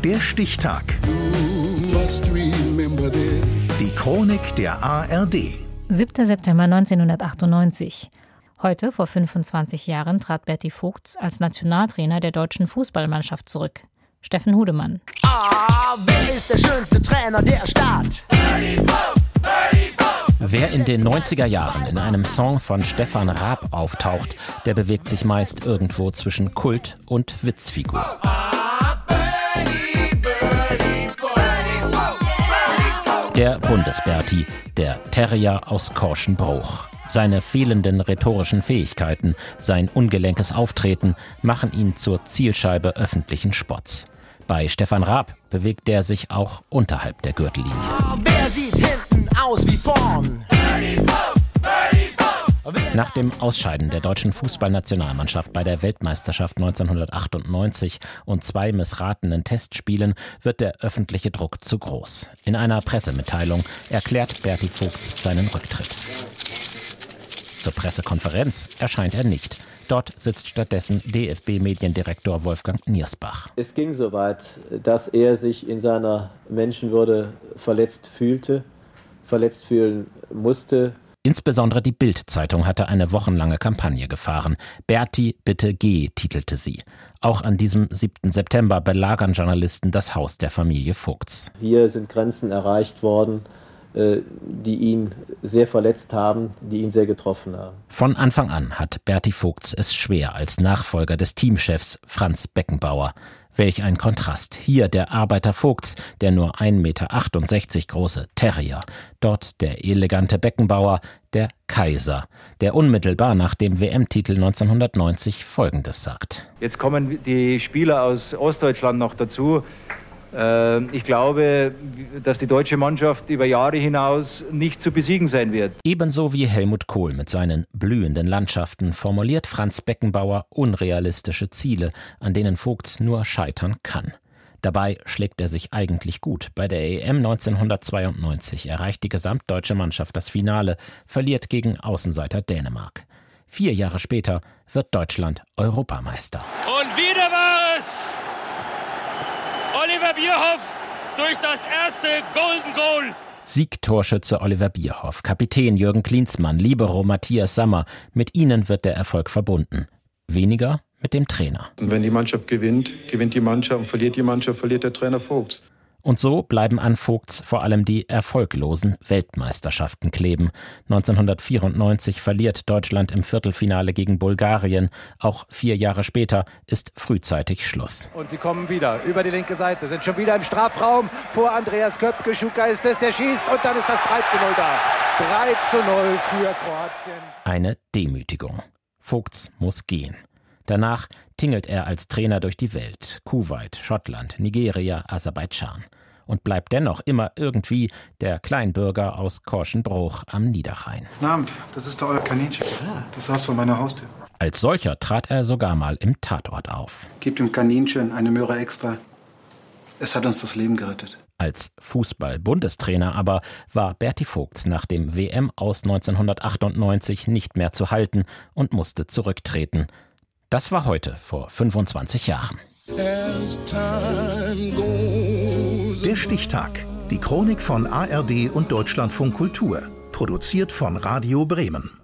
Der Stichtag. Die Chronik der ARD. 7. September 1998. Heute, vor 25 Jahren, trat Berti Vogts als Nationaltrainer der deutschen Fußballmannschaft zurück. Steffen Hudemann. Wer ist der schönste Trainer der Stadt? Berti Vogts, Berti Vogts. Wer in den 90er Jahren in einem Song von Stefan Raab auftaucht, der bewegt sich meist irgendwo zwischen Kult und Witzfigur. Der Bundesberti, der Terrier aus Korschenbruch. Seine fehlenden rhetorischen Fähigkeiten, sein ungelenkes Auftreten machen ihn zur Zielscheibe öffentlichen Spotts. Bei Stefan Raab bewegt er sich auch unterhalb der Gürtellinie. Wer sieht hinten aus wie vorn? Nach dem Ausscheiden der deutschen Fußballnationalmannschaft bei der Weltmeisterschaft 1998 und 2 missratenen Testspielen wird der öffentliche Druck zu groß. In einer Pressemitteilung erklärt Berti Vogts seinen Rücktritt. Zur Pressekonferenz erscheint er nicht. Dort sitzt stattdessen DFB-Mediendirektor Wolfgang Niersbach. Es ging so weit, dass er sich in seiner Menschenwürde verletzt fühlen musste. Insbesondere die Bild-Zeitung hatte eine wochenlange Kampagne gefahren. Berti, bitte geh, titelte sie. Auch an diesem 7. September belagern Journalisten das Haus der Familie Vogts. Hier sind Grenzen erreicht worden, die ihn sehr verletzt haben, die ihn sehr getroffen haben. Von Anfang an hat Berti Vogts es schwer als Nachfolger des Teamchefs Franz Beckenbauer. Welch ein Kontrast. Hier der Arbeiter Vogts, der nur 1,68 Meter große Terrier. Dort der elegante Beckenbauer, der Kaiser, der unmittelbar nach dem WM-Titel 1990 Folgendes sagt. Jetzt kommen die Spieler aus Ostdeutschland noch dazu. Ich glaube, dass die deutsche Mannschaft über Jahre hinaus nicht zu besiegen sein wird. Ebenso wie Helmut Kohl mit seinen blühenden Landschaften formuliert Franz Beckenbauer unrealistische Ziele, an denen Vogts nur scheitern kann. Dabei schlägt er sich eigentlich gut. Bei der EM 1992 erreicht die gesamtdeutsche Mannschaft das Finale, verliert gegen Außenseiter Dänemark. 4 Jahre später wird Deutschland Europameister. Und wieder war es Oliver Bierhoff durch das erste Golden Goal. Siegtorschütze Oliver Bierhoff, Kapitän Jürgen Klinsmann, Libero Matthias Sammer. Mit ihnen wird der Erfolg verbunden. Weniger mit dem Trainer. Und wenn die Mannschaft gewinnt, gewinnt die Mannschaft und verliert die Mannschaft, verliert der Trainer Vogts. Und so bleiben an Vogts vor allem die erfolglosen Weltmeisterschaften kleben. 1994 verliert Deutschland im Viertelfinale gegen Bulgarien. Auch 4 Jahre später ist frühzeitig Schluss. Und sie kommen wieder über die linke Seite, sind schon wieder im Strafraum vor Andreas Köpke. Schuka ist es, der schießt und dann ist das 3:0 da. 3:0 für Kroatien. Eine Demütigung. Vogts muss gehen. Danach tingelt er als Trainer durch die Welt, Kuwait, Schottland, Nigeria, Aserbaidschan und bleibt dennoch immer irgendwie der Kleinbürger aus Korschenbruch am Niederrhein. Guten Abend, das ist euer Kaninchen. Das Haus vor meiner Haustür. Als solcher trat er sogar mal im Tatort auf. Gebt dem Kaninchen eine Möhre extra. Es hat uns das Leben gerettet. Als Fußball-Bundestrainer aber war Berti Vogts nach dem WM-Aus 1998 nicht mehr zu halten und musste zurücktreten. Das war heute vor 25 Jahren. Der Stichtag. Die Chronik von ARD und Deutschlandfunk Kultur. Produziert von Radio Bremen.